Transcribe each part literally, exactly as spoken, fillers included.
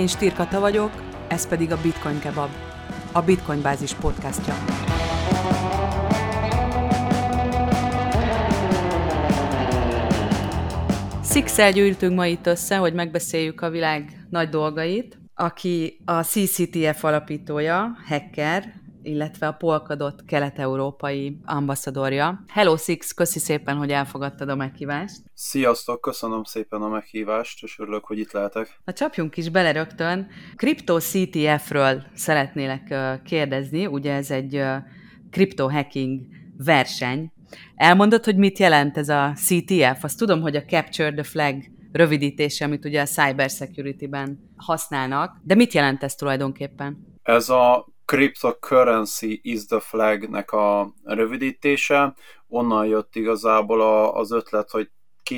Én Stír Kata vagyok, ez pedig a Bitcoin Kebab, a Bitcoin Bázis podcastja. Six-el gyűjtünk ma itt össze, hogy megbeszéljük a világ nagy dolgait, aki a C C T F alapítója, hacker, illetve a Polkadot kelet-európai ambasszadorja. Hello Six, köszi szépen, hogy elfogadtad a meghívást. Sziasztok, köszönöm szépen a meghívást, és örülök, hogy itt lehetek. Na csapjunk is bele rögtön. Crypto C T F-ről szeretnélek kérdezni, ugye ez egy crypto hacking verseny. Elmondod, hogy mit jelent ez a C T F? Azt tudom, hogy a Capture the Flag rövidítése, amit ugye a cyber security-ben használnak, de mit jelent ez tulajdonképpen? Ez a Cryptocurrency is the Flag-nek a rövidítése. Onnan jött igazából a, az ötlet, hogy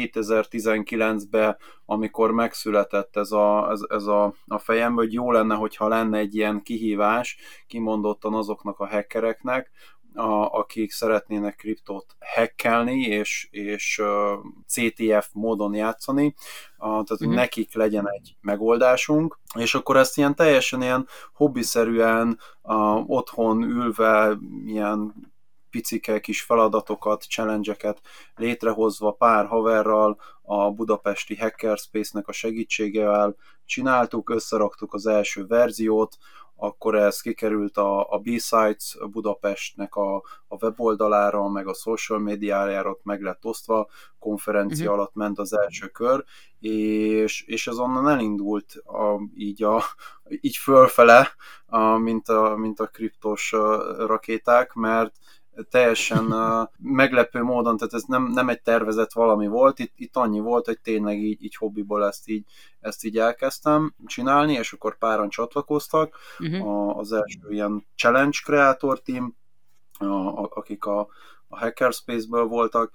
kétezer-tizenkilencben, amikor megszületett ez a, ez, ez a, a fejemben, hogy jó lenne, hogyha lenne egy ilyen kihívás, kimondottan azoknak a hackereknek, a, akik szeretnének kriptót hackelni, és, és uh, C T F módon játszani, uh, tehát uh-huh. nekik legyen egy megoldásunk, és akkor ezt ilyen teljesen ilyen hobbiszerűen uh, otthon ülve, ilyen picike kis feladatokat, challenge-eket létrehozva pár haverral, a budapesti Hackerspace-nek a segítségével csináltuk, összeraktuk az első verziót, akkor ez kikerült a, a B-Sites Budapestnek a, a weboldalára, meg a social médiájára, ott meg lett osztva, konferencia uh-huh. alatt ment az első kör, és, és ez onnan elindult a, így, a, így fölfele, a, mint, a, mint a kriptos rakéták, mert teljesen uh, meglepő módon, tehát ez nem, nem egy tervezett valami volt, itt, itt annyi volt, hogy tényleg így, így hobbiból ezt így, ezt így elkezdtem csinálni, és akkor páran csatlakoztak, uh-huh. a, az első ilyen challenge creator team, a, a, akik a, a Hackerspace-ből voltak,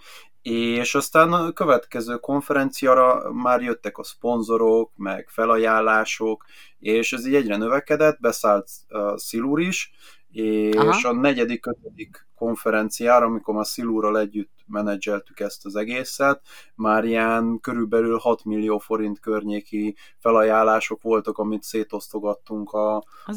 és aztán a következő konferenciára már jöttek a szponzorok, meg felajánlások, és ez így egyre növekedett, beszállt uh, Szilúr is, és Aha. a negyedik, ötödik konferenciára, amikor már Szilúrral együtt menedzseltük ezt az egészet, már ilyen körülbelül hat millió forint környéki felajánlások voltak, amit szétosztogattunk a,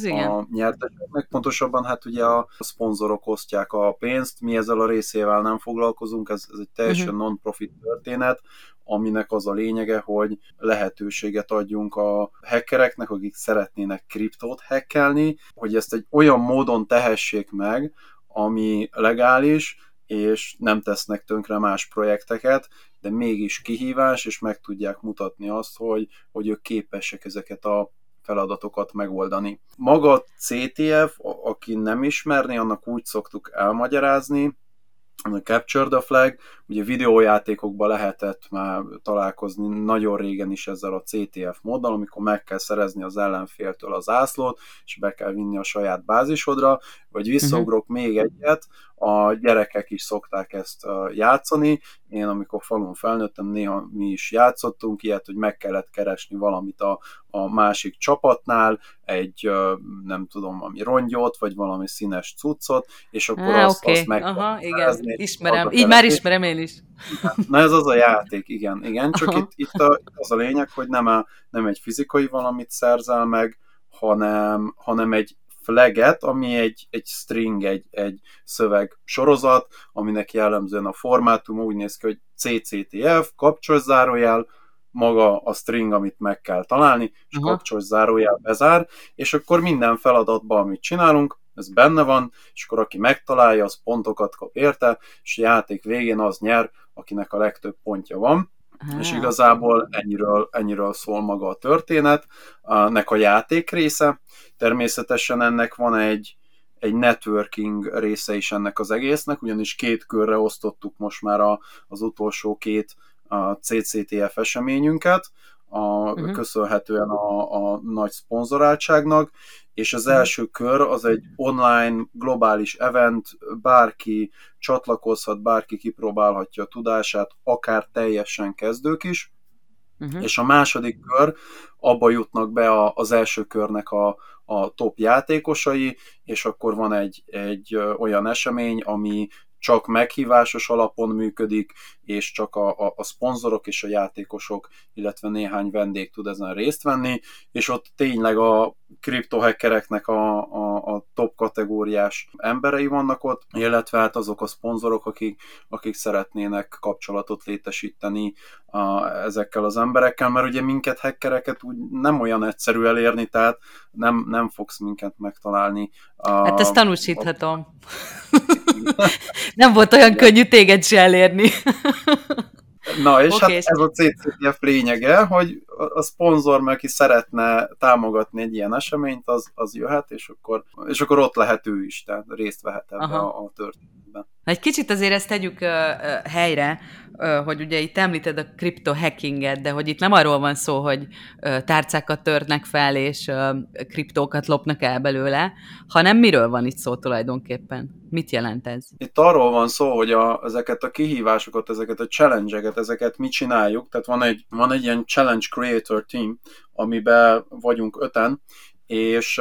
a nyerteseknek. Pontosabban hát ugye a szponzorok osztják a pénzt, mi ezzel a részével nem foglalkozunk, ez, ez egy teljesen uh-huh. non-profit történet, aminek az a lényege, hogy lehetőséget adjunk a hackereknek, akik szeretnének kriptót hackelni, hogy ezt egy olyan módon tehessék meg, ami legális, és nem tesznek tönkre más projekteket, de mégis kihívás, és meg tudják mutatni azt, hogy, hogy ők képesek ezeket a feladatokat megoldani. Maga C T F, aki nem ismerné, annak úgy szoktuk elmagyarázni, a Capture the Flag, ugye videójátékokban lehetett már találkozni nagyon régen is ezzel a C T F móddal, amikor meg kell szerezni az ellenféltől az zászlót, és be kell vinni a saját bázisodra, vagy visszaugrok uh-huh. még egyet, a gyerekek is szokták ezt játszani, én amikor falun felnőttem, néha mi is játszottunk ilyet, hogy meg kellett keresni valamit a, a másik csapatnál, egy nem tudom, valami rongyot, vagy valami színes cuccot, és akkor Á, azt, okay. azt meg Aha, igen, ismerem, így már ismerem én is. Na ez az a játék, igen, igen, csak itt, itt, a, itt az a lényeg, hogy nem, a, nem egy fizikai valamit szerzel meg, hanem, hanem egy flaget, ami egy, egy string, egy, egy szöveg sorozat, aminek jellemzően a formátum úgy néz ki, hogy C C T F, kapcsolj zárójel, maga a string, amit meg kell találni, és uh-huh. kapcsolj zárójel, bezár, és akkor minden feladatban, amit csinálunk, ez benne van, és akkor aki megtalálja, az pontokat kap érte, és a játék végén az nyer, akinek a legtöbb pontja van. Ah, és igazából ennyiről, ennyiről szól maga a történet, nek a játék része. Természetesen ennek van egy, egy networking része is ennek az egésznek, ugyanis két körre osztottuk most már a, az utolsó két a C C T F eseményünket, a, uh-huh. köszönhetően a, a nagy szponzoráltságnak, és az első kör az egy online globális event, bárki csatlakozhat, bárki kipróbálhatja a tudását, akár teljesen kezdők is, uh-huh. és a második kör, abba jutnak be a, az első körnek a, a top játékosai, és akkor van egy, egy olyan esemény, ami csak meghívásos alapon működik, és csak a, a, a szponzorok és a játékosok, illetve néhány vendég tud ezen részt venni, és ott tényleg a kriptohackereknek a, a, a top kategóriás emberei vannak ott, illetve hát azok a szponzorok, akik, akik szeretnének kapcsolatot létesíteni a, ezekkel az emberekkel, mert ugye minket hackereket úgy nem olyan egyszerű elérni, tehát nem, nem fogsz minket megtalálni. A, Hát ezt tanúsíthatom. A... nem volt olyan igen. könnyű téged se elérni. Na, és okay, hát ez a cé cé té ef lényege, hogy a szponzor, mert aki szeretne támogatni egy ilyen eseményt, az, az jöhet, és akkor, és akkor ott lehet ő is, tehát részt vehet ebbe a, a történetben. Egy kicsit azért ezt tegyük uh, uh, helyre, uh, hogy ugye itt említed a kriptohackinget, de hogy itt nem arról van szó, hogy uh, tárcákat törnek fel, és uh, kriptókat lopnak el belőle, hanem miről van itt szó tulajdonképpen? Mit jelent ez? Itt arról van szó, hogy a, ezeket a kihívásokat, ezeket a challenge-eket, ezeket mi csináljuk, tehát van egy, van egy ilyen challenge creator team, amiben vagyunk öten, és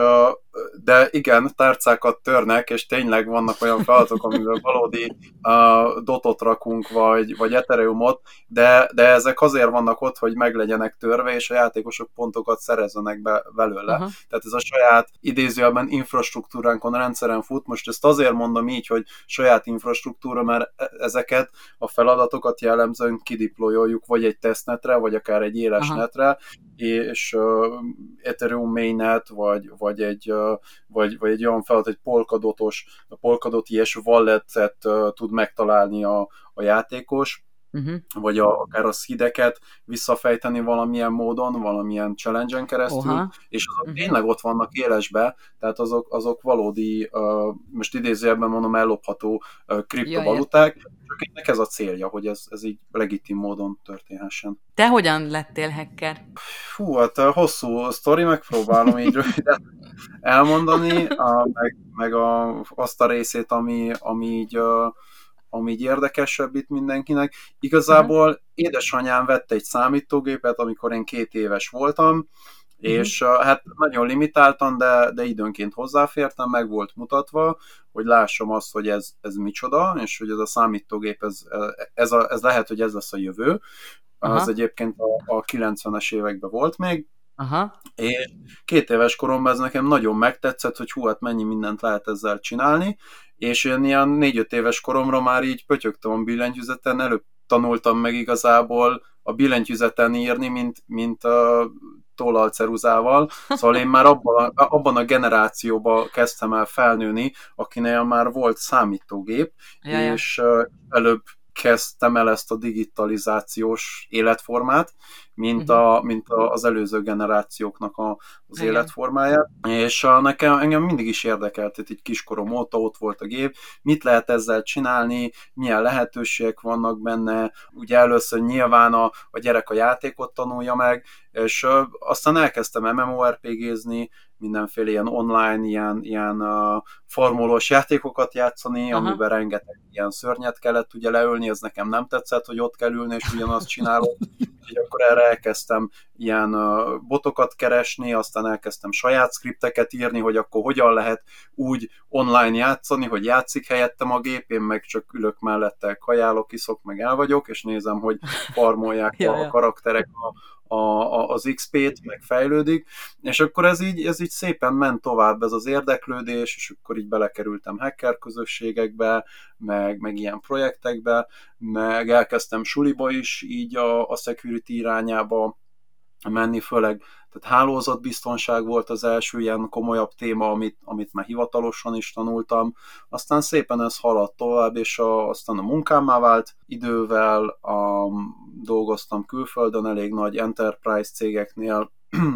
de igen, tárcákat törnek, és tényleg vannak olyan feladatok, amivel valódi uh, dotot rakunk, vagy, vagy ethereumot, de, de ezek azért vannak ott, hogy meg legyenek törve, és a játékosok pontokat szerezzenek be belőle. Uh-huh. Tehát ez a saját idézőjelben infrastruktúránkon, rendszeren fut. Most ezt azért mondom így, hogy saját infrastruktúra, mert ezeket a feladatokat jellemzően kideployoljuk, vagy egy tesztnetre, vagy akár egy éles uh-huh. netre, és uh, Ethereum mainnet, vagy, vagy egy uh, Vagy, vagy egy olyan feladat, egy Polkadotos, a Polkadot ilyes walletet uh, tud megtalálni a, a játékos, uh-huh. vagy a, akár a seedeket visszafejteni valamilyen módon, valamilyen challenge-en keresztül, uh-huh. és azok uh-huh. tényleg ott vannak élesbe, tehát azok, azok valódi, uh, most idézőjelben mondom, ellopható uh, kriptovaluták, csak ennek ez a célja, hogy ez, ez így legitim módon történhessen. Te hogyan lettél hacker? Fú, hát hosszú sztori, megpróbálom így röviden elmondani, a, meg, meg a, azt a részét, ami, ami, így, a, ami így érdekesebb itt mindenkinek. Igazából uh-huh. édesanyám vette egy számítógépet, amikor én két éves voltam, uh-huh. és uh, hát nagyon limitáltan, de, de időnként hozzáfértem, meg volt mutatva, hogy lássam azt, hogy ez, ez micsoda, és hogy ez a számítógép, ez, ez, a, ez lehet, hogy ez lesz a jövő. Uh-huh. Az egyébként a, a kilencvenes években volt még, Aha. és két éves koromban ez nekem nagyon megtetszett, hogy hú, hát mennyi mindent lehet ezzel csinálni, és én ilyen négy-öt éves koromra már így pötyögtem a billentyűzeten, előbb tanultam meg igazából a billentyűzeten írni, mint, mint a tollal ceruzával, szóval én már abban a, abban a generációban kezdtem el felnőni, akinél már volt számítógép, Jaja. és előbb kezdtem el ezt a digitalizációs életformát, mint, a, mint a, az előző generációknak a, az Igen. életformáját, és a, nekem engem mindig is érdekelt, tehát így kiskorom óta ott volt a gép, mit lehet ezzel csinálni, milyen lehetőségek vannak benne, ugye először nyilván a, a gyerek a játékot tanulja meg, és uh, aztán elkezdtem em em o er pé gézni, mindenféle ilyen online, ilyen, ilyen uh, formulós játékokat játszani, Aha. amiben rengeteg ilyen szörnyet kellett ugye leölni, ez nekem nem tetszett, hogy ott kell ülni, és ugyanazt csinálok, úgyhogy akkor erre elkezdtem ilyen uh, botokat keresni, aztán elkezdtem saját skripteket írni, hogy akkor hogyan lehet úgy online játszani, hogy játszik helyettem a gép, én meg csak ülök mellette, kajálok, iszok, meg el vagyok, és nézem, hogy farmolják a, a karakterek a A, a, az iksz pét, meg fejlődik, és akkor ez így, ez így szépen ment tovább ez az érdeklődés, és akkor így belekerültem hacker közösségekbe, meg, meg ilyen projektekbe, meg elkezdtem suliba is így a, a security irányába menni, főleg tehát hálózatbiztonság volt az első ilyen komolyabb téma, amit, amit már hivatalosan is tanultam. Aztán szépen ez haladt tovább, és a, aztán a munkámmá vált idővel, a, dolgoztam külföldön elég nagy enterprise cégeknél,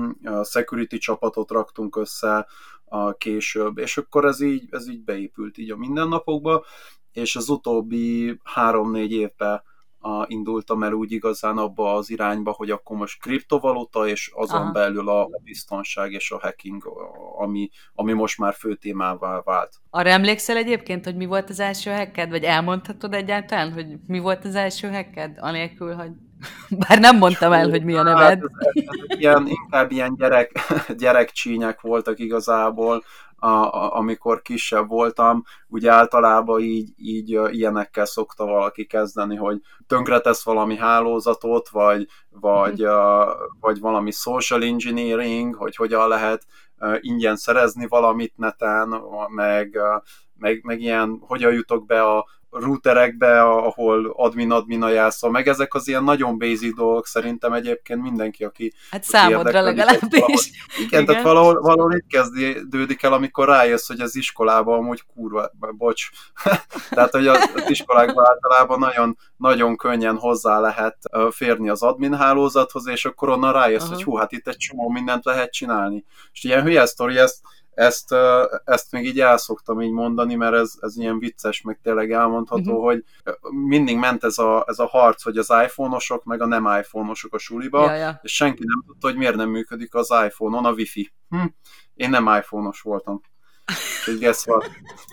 a security csapatot raktunk össze a később, és akkor ez így, ez így beépült így a mindennapokba, és az utóbbi három-négy évben A, indultam el úgy igazán abba az irányba, hogy akkor most kriptovaluta, és azon Aha. belül a biztonság és a hacking, ami, ami most már fő témává vált. Arra emlékszel egyébként, hogy mi volt az első hacked? Vagy elmondhatod egyáltalán, hogy mi volt az első hacked? Anélkül, hogy Bár nem mondtam el, hogy mi a Hát neved. ez, ezek ilyen, inkább ilyen gyerek, gyerekcsínyek voltak igazából, a, a, amikor kisebb voltam, ugye általában így, így uh, ilyenekkel szokta valaki kezdeni, hogy tönkretesz valami hálózatot, vagy, vagy, uh, vagy valami social engineering, hogy hogyan lehet uh, ingyen szerezni valamit neten, meg, uh, meg, meg ilyen, hogyan jutok be a routerekbe, ahol admin-admin ajánlszol, meg ezek az ilyen nagyon basic dolgok szerintem egyébként mindenki, aki, Hát aki számodra érdeklődik, valahogy, legalábbis. igen, tehát Igen. valahol, valahol itt kezdődik el, amikor rájössz, hogy az iskolában amúgy kurva, bocs, tehát hogy az, az iskolákban általában nagyon, nagyon könnyen hozzá lehet férni az admin hálózathoz, és akkor onnan rájössz, Aha. hogy hú, hát itt egy csomó mindent lehet csinálni. És ilyen hülye sztori, ezt Ezt, ezt még így el szoktam így mondani, mert ez, ez ilyen vicces, meg tényleg elmondható, Uh-huh. hogy mindig ment ez a, ez a harc, hogy az iPhone-osok, meg a nem iPhone-osok a suliba, Ja, ja. és senki nem tudta, hogy miért nem működik az iPhone-on a Wi-Fi. Hm? Én nem iPhone-os voltam. Úgyhogy guess what?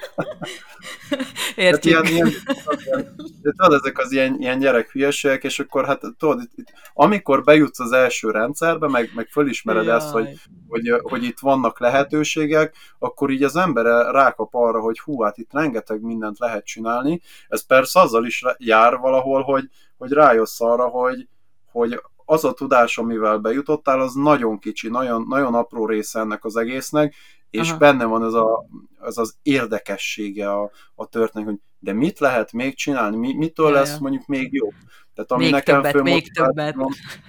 Hát Értjük. ilyen, ilyen, de tudod, ezek az ilyen, ilyen gyerek hülyeségek, és akkor hát tudod, itt, itt, amikor bejutsz az első rendszerbe, meg, meg fölismered Jaj. ezt, hogy, hogy, hogy itt vannak lehetőségek, akkor így az ember rákap arra, hogy hú, hát itt rengeteg mindent lehet csinálni. Ez persze azzal is jár valahol, hogy, hogy rájössz arra, hogy, hogy az a tudás, amivel bejutottál, az nagyon kicsi, nagyon, nagyon apró része ennek az egésznek, és Aha. benne van ez, a, ez az érdekessége a, a történet, hogy de mit lehet még csinálni, mi, mitől Ja, lesz ja. mondjuk még jobb. Tehát ami Még nekem többet, még többet.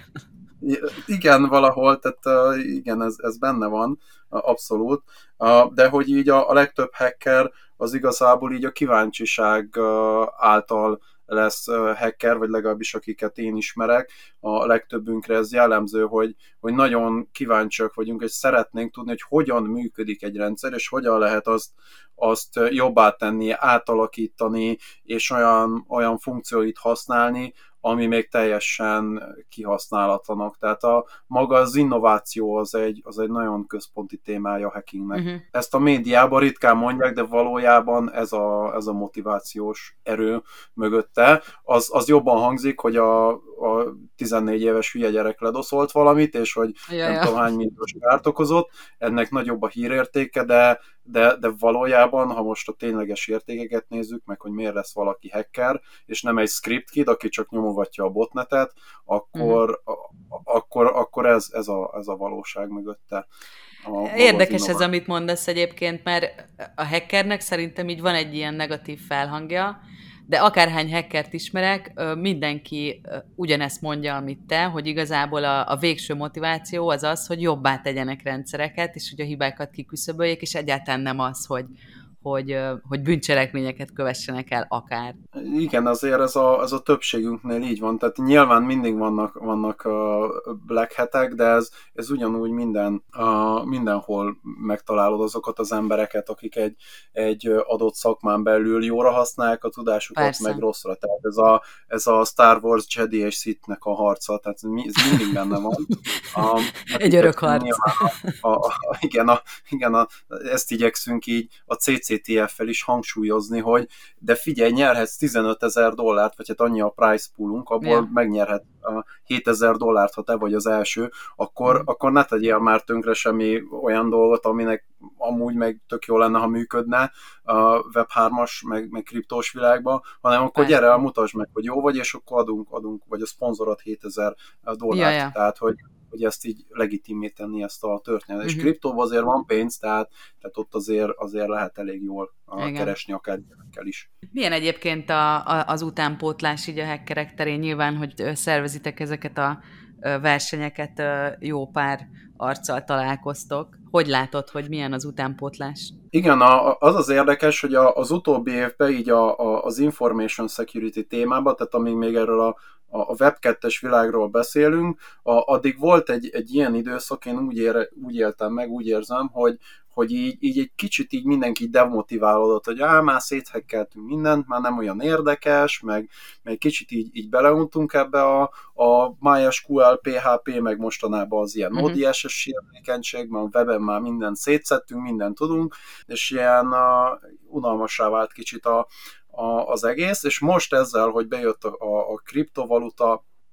Igen, valahol, tehát uh, igen, ez, ez benne van, uh, abszolút, uh, de hogy így a, a legtöbb hacker az igazából így a kíváncsiság uh, által lesz uh, hacker, vagy legalábbis akiket én ismerek, a legtöbbünkre ez jellemző, hogy, hogy nagyon kíváncsiak vagyunk, és szeretnénk tudni, hogy hogyan működik egy rendszer, és hogyan lehet azt, azt jobbá tenni, átalakítani, és olyan, olyan funkcióit használni, ami még teljesen kihasználatlanak. Tehát a maga az innováció az egy, az egy nagyon központi témája a hackingnek. Uh-huh. Ezt a médiában ritkán mondják, de valójában ez a, ez a motivációs erő mögötte. Az, az jobban hangzik, hogy a, a tizennégy éves hülye gyerek ledoszolt valamit, és hogy Jaja. nem tudom hány milliós kárt okozott, ennek nagyobb a hírértéke, de, de, de valójában, ha most a tényleges értékeket nézzük, meg hogy miért lesz valaki hacker, és nem egy script kid, aki csak nyomogatja a botnetet, akkor, uh-huh. a, akkor, akkor ez, ez, a, ez a valóság mögötte. A, Érdekes ez, amit mondasz egyébként, mert a hackernek szerintem így van egy ilyen negatív felhangja, de akárhány hackert ismerek, mindenki ugyanezt mondja, amit te, hogy igazából a, a végső motiváció az az, hogy jobbá tegyenek rendszereket, és hogy a hibákat kiküszöböljék, és egyáltalán nem az, hogy, hogy, hogy bűncselekményeket kövessenek el akár. Igen, azért ez a, ez a többségünknél így van, tehát nyilván mindig vannak, vannak uh, black hatek, de ez, ez ugyanúgy minden, uh, mindenhol megtalálod azokat az embereket, akik egy, egy adott szakmán belül jóra használják a tudásukat, Persze. meg rosszra. Tehát ez a, ez a Star Wars Jedi és Sith-nek a harca, tehát ez mindig benne van. Um, egy örök harc. A, a, a, igen, a, igen a, ezt igyekszünk így a cé cé té ef-fel is hangsúlyozni, hogy de figyelj, nyerhetsz tizenötezer dollárt, vagy hát annyi a price poolunk, abból yeah. megnyerhet a hétezer dollárt, ha te vagy az első, akkor, mm. akkor ne tegyél már tönkre semmi olyan dolgot, aminek amúgy meg tök jó lenne, ha működne a web hármas, meg, meg kriptós világban, hanem akkor Persze. gyere el, mutasd meg, hogy jó vagy, és akkor adunk, adunk vagy a szponzorat hétezer dollárt. Ja, ja. Tehát, hogy hogy ezt így legitimé tenni ezt a történetet. Uh-huh. És kriptóban azért van pénz, tehát, tehát ott azért, azért lehet elég jól Igen. keresni akár gyerekkel is. Milyen egyébként a, a, az utánpótlás így a hackerek terén? Nyilván, hogy szervezitek ezeket a versenyeket, jó pár arccal találkoztok. Hogy látod, hogy milyen az utánpótlás? Igen, a, az az érdekes, hogy a, az utóbbi évben így a, a, az information security témában, tehát amíg még erről a a web kettes világról beszélünk, a, addig volt egy, egy ilyen időszak, én úgy, ér, úgy éltem meg, úgy érzem, hogy, hogy így, így egy kicsit így mindenki demotiválódott, hogy á, már széthekkeltünk mindent, már nem olyan érdekes, meg, meg kicsit így, így beleuntunk ebbe a, a MySQL, pé há pé, meg mostanában az ilyen uh-huh. Node.js-es sérülékenység, mert a weben már mindent szétszettünk, mindent tudunk, és ilyen uh, unalmassá vált kicsit a az egész, és most ezzel, hogy bejött a, a, a kriptovaluta,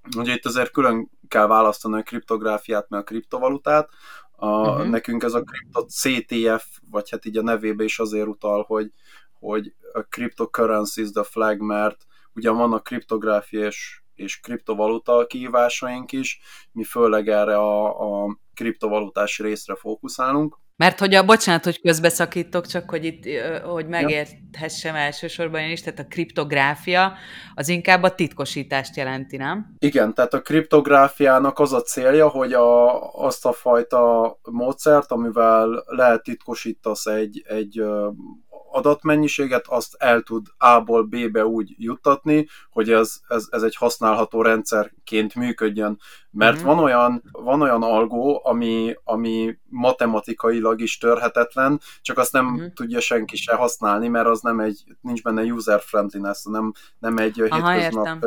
Ugye itt azért külön kell választani a kriptográfiát, meg a kriptovalutát. A, Uh-huh. nekünk ez a kripto cé té ef, vagy hát így a nevébe is azért utal, hogy, hogy a cryptocurrency is the flag, mert ugyan vannak kriptográfia és, és kriptovaluta kihívásaink is, mi főleg erre a, a kriptovalutás részre fókuszálunk. Mert hogy a, bocsánat, hogy közbeszakítok, csak hogy itt, ö, hogy Ja. megérthessem elsősorban én is, tehát a kriptográfia az inkább a titkosítást jelenti, nem? Igen, tehát a kriptográfiának az a célja, hogy a, azt a fajta módszert, amivel lehet titkosítasz egy, egy adatmennyiséget, azt el tud A-ból B-be úgy juttatni, hogy ez, ez, ez egy használható rendszerként működjön. Mert Uh-huh. van olyan, van olyan algó, ami, ami matematikailag is törhetetlen, csak azt nem Uh-huh. tudja senki se használni, mert az nem egy, nincs benne user friendliness, nem, nem egy Aha, hétköznap értem.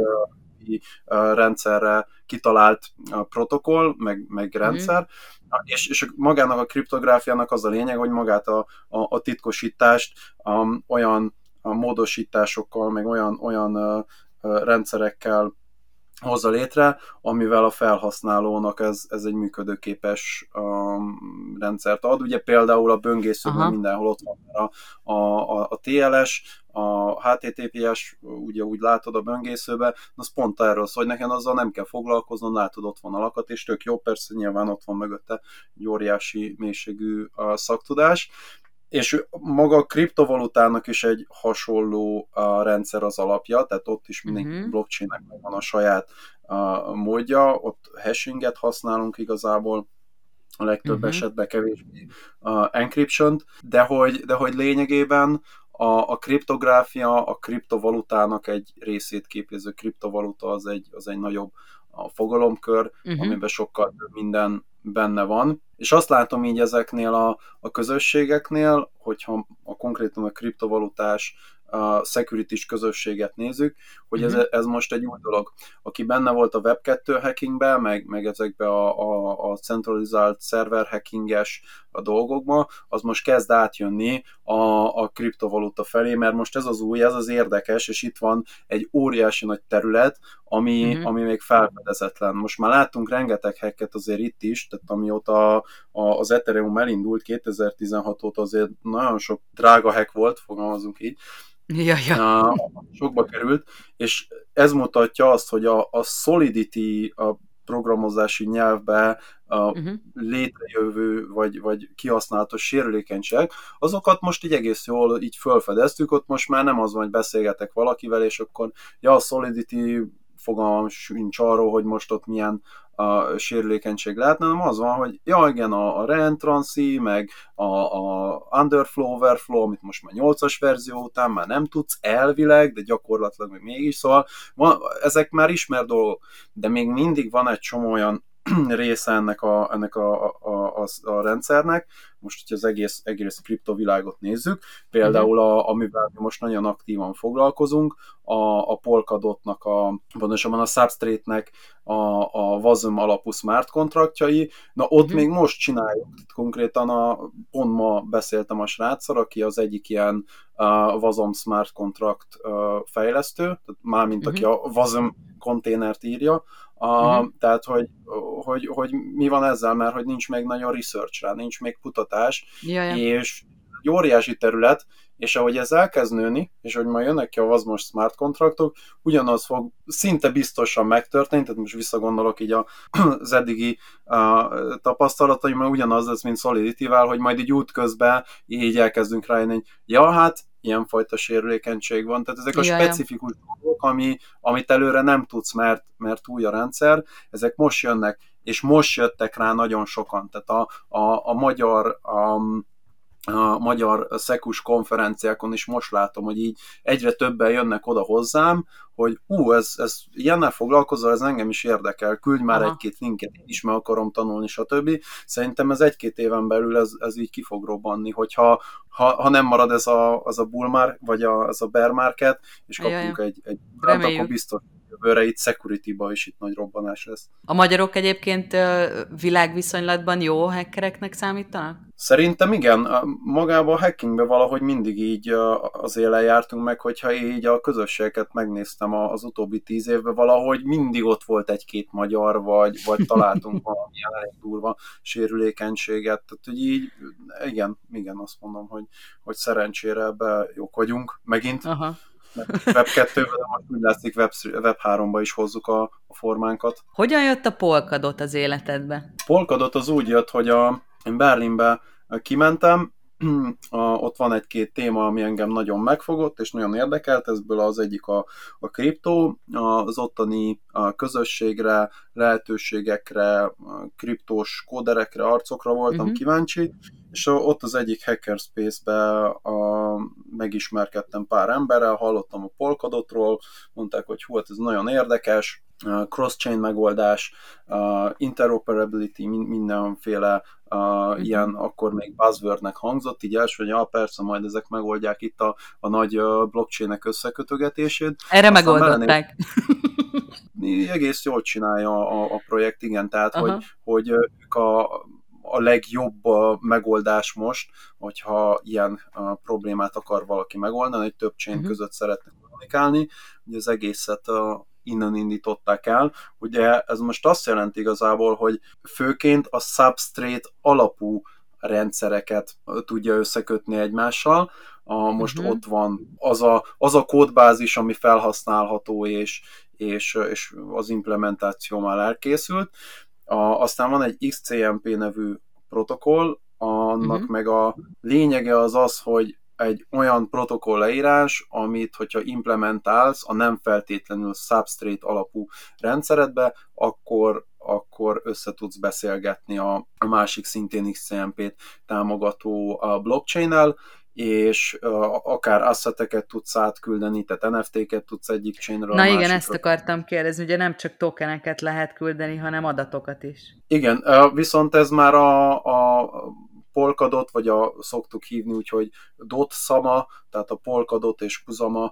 rendszerre kitalált protokoll, meg, meg Uh-huh. rendszer, és, és magának a kriptográfiának az a lényeg, hogy magát a, a, a titkosítást um, olyan a módosításokkal, meg olyan, olyan uh, uh, rendszerekkel hozza létre, amivel a felhasználónak ez, ez egy működőképes um, rendszert ad. Ugye például a böngészőben Aha. mindenhol ott van a, a, a té el es, a há té té pé es, ugye úgy látod a böngészőben, az pont erről szól, hogy nekem azzal nem kell foglalkoznom, látod, ott van a lakat, és tök jó, persze nyilván ott van mögötte egy óriási mélységű uh, szaktudás, és maga a kriptovalutának is egy hasonló uh, rendszer az alapja, tehát ott is minden Uh-huh. blockchainnek van a saját uh, módja, ott hashinget használunk igazából, a legtöbb Uh-huh. esetben kevésbé uh, encryption-t, de hogy, de hogy lényegében a, a kriptográfia a kriptovalutának egy részét képező kriptovaluta az egy, az egy nagyobb a fogalomkör, Uh-huh. amiben sokkal több minden benne van. És azt látom így ezeknél a, a közösségeknél, hogyha a konkrétan a kriptovalutás a security-s közösséget nézzük, hogy ez, Uh-huh. ez most egy új dolog. Aki benne volt a web kettő hackingbe, meg, meg ezekbe a, a, a centralizált server hackinges a dolgokba, az most kezd átjönni a, a kriptovaluta felé, mert most ez az új, ez az érdekes, és itt van egy óriási nagy terület, ami, Uh-huh. ami még felfedezetlen. Most már láttunk rengeteg hacket azért itt is, tehát amióta a, az Ethereum elindult kétezer-tizenhat óta azért nagyon sok drága hack volt, fogalmazunk így, Ja, ja. uh, sokba került, és ez mutatja azt, hogy a, a Solidity a programozási nyelvbe a Uh-huh. létrejövő vagy, vagy kihasználatos sérülékenységek, azokat most így egész jól így felfedeztük, ott most már nem az van, hogy beszélgetek valakivel, és akkor ja, a Solidity fogalmam sincs arról, hogy most ott milyen a sérülékenység lehetne, hanem az van, hogy ja igen, a, a reentrancy, meg a, a underflow, overflow, amit most már nyolcas verzió után már nem tudsz elvileg, de gyakorlatilag még mégis, szóval van, ezek már ismert dolgok, de még mindig van egy csomó olyan része ennek a, ennek a, a, a, a rendszernek, most, hogy az egész, egész kriptovilágot nézzük, például a, amivel most nagyon aktívan foglalkozunk, a, a Polkadotnak, a, pontosabban a Substrate-nek a, a Wasm alapú smart kontraktjai, na ott uh-huh. még most csináljuk, konkrétan a, pont ma beszéltem a sráccal, aki az egyik ilyen uh, Wasm smart contract uh, fejlesztő, tehát mármint uh-huh. aki a Wasm konténert írja, A, uh-huh. tehát, hogy, hogy, hogy mi van ezzel, mert hogy nincs még nagyon research rá, nincs még kutatás, Ja, ja. és egy óriási terület, és ahogy ez elkezd nőni, és hogy majd jönnek ki a Wasm smart kontraktok, ugyanaz fog szinte biztosan megtörténni, tehát most visszagondolok így a, az eddigi a, tapasztalataim, mert ugyanaz lesz, mint Solidity-vel, hogy majd így útközben így elkezdünk rájönni, hogy ja, hát ilyenfajta sérülékenység van, tehát ezek a Ja, specifikus dolgok, ami, amit előre nem tudsz, mert, mert új a rendszer, ezek most jönnek, és most jöttek rá nagyon sokan, tehát a, a, a magyar a, a magyar szekus konferenciákon is most látom, hogy így egyre többen jönnek oda hozzám, hogy ú, ez, ez ilyennel foglalkozol, ez engem is érdekel, küldj már Aha. egy-két linket, én is meg akarom tanulni, stb. Szerintem ez egy-két éven belül ez, ez így ki fog robbanni, hogyha ha, ha nem marad ez a, az a bull market, vagy a, ez a bear market, és kapunk ja, ja. egy, egy akkor biztos jövőre itt security-ba is itt nagy robbanás lesz. A magyarok egyébként ö, világviszonylatban jó hackereknek számítanak? Szerintem igen, magában a hackingben valahogy mindig így az élen jártunk meg, hogyha így a közösségeket megnéztem az utóbbi tíz évben, valahogy mindig ott volt egy-két magyar, vagy, vagy találtunk valamilyen elég durva sérülékenységet. Tehát, hogy így, igen, igen, azt mondom, hogy, hogy szerencsére ebbe jók vagyunk megint. Aha. web kettőben, de most úgy látszik web, web háromba is hozzuk a, a formánkat. Hogyan jött a Polkadot az életedbe? Polkadot az úgy jött, hogy a, én Berlinbe kimentem, a, ott van egy-két téma, ami engem nagyon megfogott, és nagyon érdekelt, ezből az egyik a, a kriptó, az ottani a közösségre, lehetőségekre, a kriptós kóderekre, arcokra voltam uh-huh. kíváncsi, és ott az egyik hackerspace-be a, megismerkedtem pár emberrel, hallottam a Polkadotról, mondták, hogy hú, ez nagyon érdekes, cross-chain megoldás, interoperability, mindenféle Uh, ilyen akkor még buzzwordnek hangzott, így első, hogy ja, persze, majd ezek megoldják itt a, a nagy uh, blockchain-ek összekötögetését. Erre aztán megoldották. Mellenél, egész jól csinálja a, a projekt, igen, tehát, uh-huh. hogy, hogy ők a, a legjobb megoldás most, hogyha ilyen uh, problémát akar valaki megoldani, hogy több chain uh-huh. között szeretnek kommunikálni, hogy az egészet uh, innen indították el. Ugye ez most azt jelenti igazából, hogy főként a substrate alapú rendszereket tudja összekötni egymással. A, most uh-huh. ott van az a, az a kódbázis, ami felhasználható, és, és, és az implementáció már elkészült. A, aztán van egy iksz cé em pé nevű protokoll, annak uh-huh. meg a lényege az az, hogy egy olyan protokoll leírás, amit, hogyha implementálsz a nem feltétlenül substrate alapú rendszeredbe, akkor, akkor össze tudsz beszélgetni a, a másik szintén iksz cé em pét támogató a blockchain-nel, és uh, akár asseteket tudsz átküldeni, tehát en ef té-ket tudsz egyik chainről Na a igen, másikra. Ezt akartam kérdezni, ugye nem csak tokeneket lehet küldeni, hanem adatokat is. Igen, uh, viszont ez már a, a Polkadot, vagy a szoktuk hívni úgyhogy dot sama, tehát a Polkadot és Kusama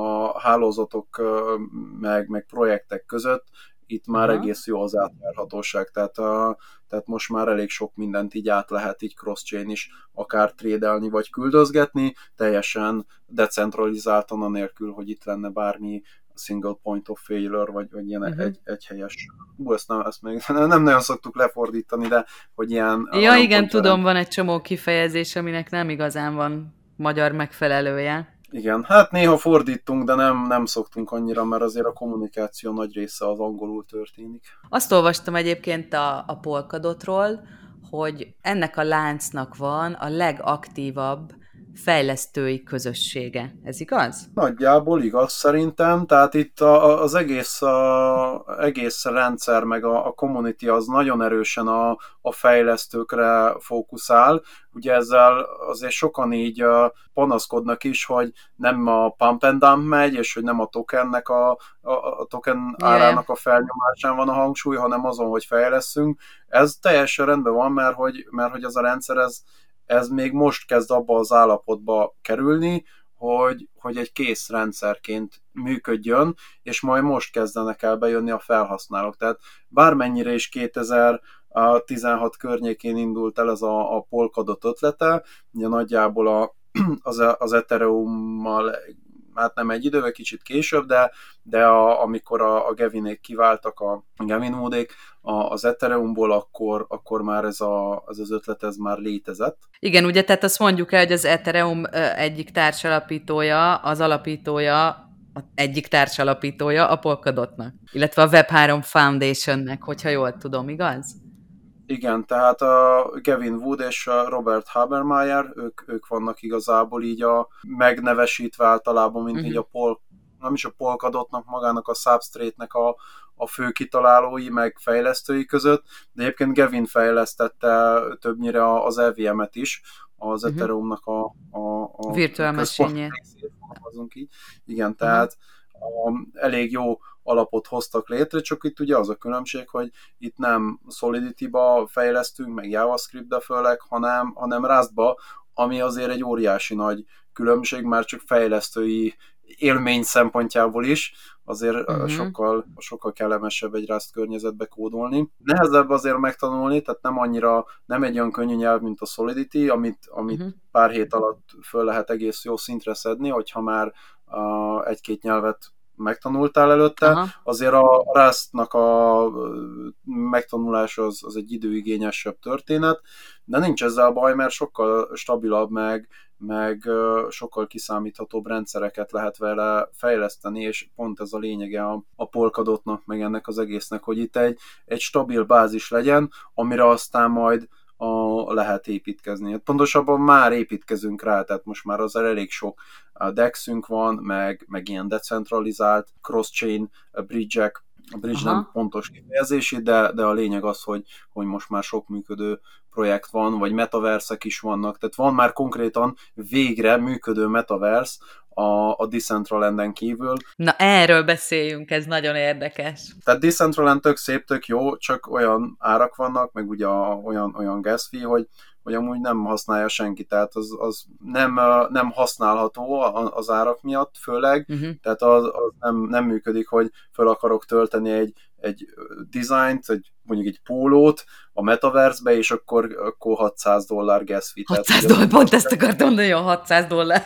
a hálózatok meg, meg projektek között, itt már uh-huh. egész jó az átjárhatóság, tehát, a, tehát most már elég sok mindent így át lehet így cross-chain is akár trédelni vagy küldözgetni, teljesen decentralizáltan, anélkül, hogy itt lenne bármi single point of failure, vagy, vagy ilyen uh-huh. egy, egyhelyes. Hú, ezt, nem, ezt még nem nagyon szoktuk lefordítani, de hogy ilyen... Ja, igen, tudom, rend... van egy csomó kifejezés, aminek nem igazán van magyar megfelelője. Igen, hát néha fordítunk, de nem, nem szoktunk annyira, mert azért a kommunikáció nagy része az angolul történik. Azt olvastam egyébként a, a Polkadotról, hogy ennek a láncnak van a legaktívabb fejlesztői közössége. Ez igaz? Nagyjából igaz szerintem, tehát itt a, az egész, a, egész rendszer meg a, a community az nagyon erősen a, a fejlesztőkre fókuszál. Ugye ezzel azért sokan így panaszkodnak is, hogy nem a pump and dump megy, és hogy nem a tokennek a, a, a token árának a felnyomásán van a hangsúly, hanem azon, hogy fejleszünk. Ez teljesen rendben van, mert hogy, mert hogy az a rendszer ez ez még most kezd abba az állapotba kerülni, hogy, hogy egy kész rendszerként működjön, és majd most kezdenek el bejönni a felhasználók. Tehát bármennyire is kétezer-tizenhat környékén indult el ez a, a Polkadot ötlete, ugye nagyjából a, az, az Ethereum-mal hát nem egy idővel, kicsit később, de, de a, amikor a, a Gavinék kiváltak, a Gavin Woodék az Ethereumból, akkor, akkor már ez, a, ez az ötlet ez már létezett. Igen, ugye, tehát azt mondjuk el, hogy az Ethereum egyik társalapítója, az alapítója, egyik társalapítója a Polkadotnak, illetve a web három Foundationnek, hogyha jól tudom, igaz? Igen, tehát a Gavin Wood és a Robert Habermeyer, ők, ők vannak igazából így a megnevesítve általában, mint uh-huh. így a Pol, nem is a Polkadotnak, magának a Substrate-nek a, a fő kitalálói, meg fejlesztői között, de egyébként Gavin fejlesztette többnyire az E V M-et is, az uh-huh. Ethereum-nak a, a, a virtual machine-jét. Igen, tehát uh-huh. a, elég jó alapot hoztak létre, csak itt ugye az a különbség, hogy itt nem Solidity-ba fejlesztünk, meg JavaScript-be főleg, hanem, hanem Rust-ba, ami azért egy óriási nagy különbség, már csak fejlesztői élmény szempontjából is, azért Uh-huh. sokkal, sokkal kellemesebb egy Rust környezetbe kódolni. Nehezebb azért megtanulni, tehát nem annyira, nem egy olyan könnyű nyelv, mint a Solidity, amit, amit uh-huh. pár hét alatt föl lehet egész jó szintre szedni, hogyha már uh, egy-két nyelvet megtanultál előtte. Aha. Azért a Rustnak a megtanulása az, az egy időigényesebb történet, de nincs ezzel baj, mert sokkal stabilabb, meg, meg sokkal kiszámíthatóbb rendszereket lehet vele fejleszteni, és pont ez a lényege a, a Polkadotnak, meg ennek az egésznek, hogy itt egy, egy stabil bázis legyen, amire aztán majd a, lehet építkezni. Pontosabban már építkezünk rá, tehát most már azért elég sok dexünk van, meg, meg ilyen decentralizált cross-chain bridge-ek, a bridge Aha. nem pontos kifejezési, de, de a lényeg az, hogy, hogy most már sok működő projekt van, vagy metaverse-ek is vannak, tehát van már konkrétan végre működő metaverse a, a Decentralanden kívül. Na erről beszéljünk, ez nagyon érdekes. Tehát Decentraland tök szép, tök jó, csak olyan árak vannak, meg ugye olyan, olyan gas fee, hogy, hogy amúgy nem használja senki, tehát az, az nem, nem használható az árak miatt főleg, uh-huh. tehát az, az nem, nem működik, hogy föl akarok tölteni egy, egy dizájnt, egy, mondjuk egy pólót a metaverse-be, és akkor, akkor hatszáz dollár gas fee. hatszáz dollár, pont ezt akartam mondani, a hatszáz dollár.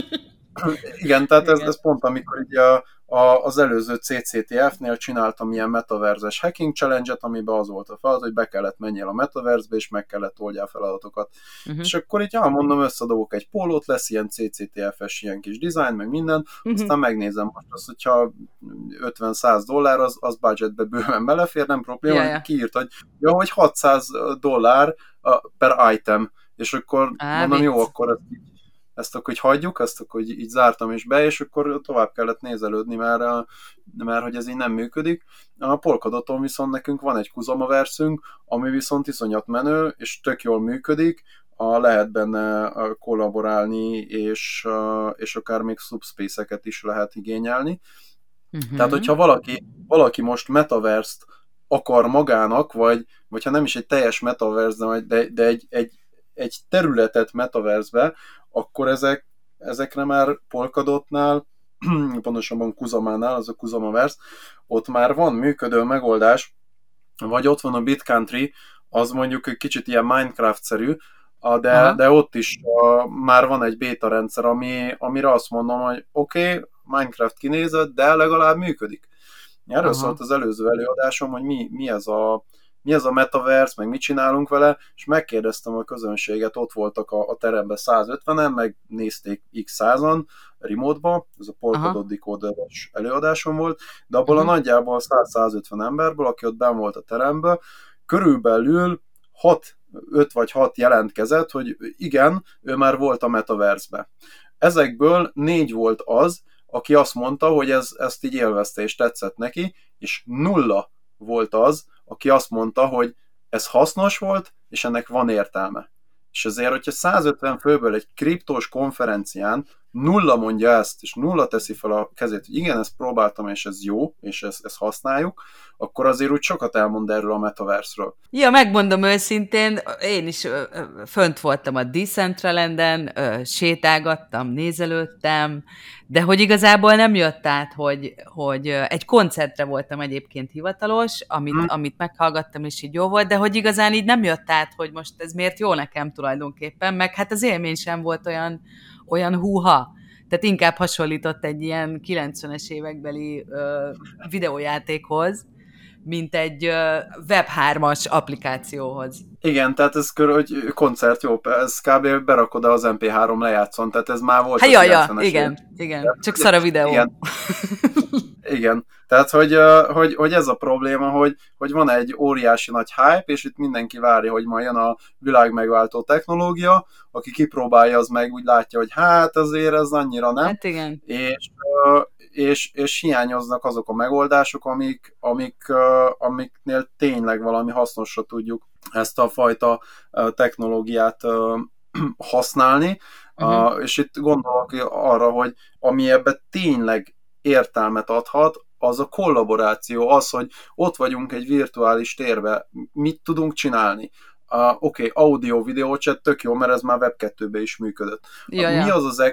Igen, tehát Igen. Ez, ez pont amikor így a, a, az előző cé cé té ef-nél csináltam ilyen metaverses hacking challenge-et, amiben az volt a feladat, hogy be kellett menjél a metaverse-be, és meg kellett oldjál feladatokat. Uh-huh. És akkor így, ha mondom, összedobok egy pólót, lesz ilyen cé cé té ef-es ilyen kis design, meg minden, uh-huh. aztán megnézem most azt, hogyha ötven-száz dollár, az, az budgetbe bőven belefér, nem probléma, yeah, yeah. kiírt, hogy, ja, hogy hatszáz dollár per item, és akkor Á, mondom, vicc. Jó, akkor ezt így ezt akkor hogy hagyjuk, ezt akkor így, így zártam is be, és akkor tovább kellett nézelődni, mert, mert hogy ez így nem működik. A Polkadoton viszont nekünk van egy Kusama-verszünk, ami viszont iszonyat menő, és tök jól működik, a, lehet benne kollaborálni, és, és akár még subspace-eket is lehet igényelni. Uh-huh. Tehát, hogyha valaki, valaki most metaverse-t akar magának, vagy, vagy ha nem is egy teljes metaverse, de, de egy, egy, egy területet metaverse-be, akkor ezek, ezekre már Polkadotnál, pontosabban Kusamánál, az a Kusamaverse, ott már van működő megoldás, vagy ott van a BitCountry, az mondjuk egy kicsit ilyen Minecraft-szerű, de, de ott is a, már van egy beta rendszer, ami, amire azt mondom, hogy oké, okay, Minecraft kinézett, de legalább működik. Erről Aha. szólt az előző előadásom, hogy mi, mi ez a mi ez a metaverse, meg mit csinálunk vele, és megkérdeztem a közönséget, ott voltak a, a teremben százötvenen, meg nézték x százan remote-ba, ez a Polkadot Decoder-es előadásom volt, de abból uh-huh. a nagyjából száz-százötven emberből, aki ott benn volt a teremben, körülbelül hat, öt vagy hat jelentkezett, hogy igen, ő már volt a metaverse-be. Ezekből négy volt az, aki azt mondta, hogy ez, ezt így élvezte és tetszett neki, és nulla volt az, aki azt mondta, hogy ez hasznos volt, és ennek van értelme. És azért, hogyha százötven főből egy kriptós konferencián nulla mondja ezt, és nulla teszi fel a kezét, hogy igen, ezt próbáltam, és ez jó, és ezt, ezt használjuk, akkor azért úgy sokat elmond erről a metaverse-ről. Ja, megmondom őszintén, én is ö, ö, fönt voltam a Decentralanden, ö, sétálgattam, nézelődtem, de hogy igazából nem jött át, hogy, hogy egy koncertre voltam egyébként hivatalos, amit, hmm. amit meghallgattam, és így jó volt, de hogy igazán így nem jött át, hogy most ez miért jó nekem tulajdonképpen, meg hát az élmény sem volt olyan, olyan húha. Tehát inkább hasonlított egy ilyen kilencvenes évekbeli ö, videójátékhoz, mint egy ö, web hármas applikációhoz. Igen, tehát ez kör, hogy koncert, jó, ez kb. Berakod az em pé három lejátszon, tehát ez már volt hát a ja, kilencvenes ja, igen, év. igen, csak szar a videó. Igen. Igen, tehát hogy, hogy, hogy ez a probléma, hogy, hogy van egy óriási nagy hype, és itt mindenki várja, hogy majd jön a világ megváltó technológia, aki kipróbálja, az meg úgy látja, hogy hát azért ez annyira nem. Hát igen. És, és, és hiányoznak azok a megoldások, amik, amik, amiknél tényleg valami hasznosra tudjuk ezt a fajta technológiát használni, uh-huh. és itt gondolok arra, hogy ami ebben tényleg értelmet adhat, az a kollaboráció, az, hogy ott vagyunk egy virtuális térben, mit tudunk csinálni. Uh, Oké, okay, audio, videó chat, tök jó, mert ez már web kettőben is működött. Ja, mi ja. az az extra,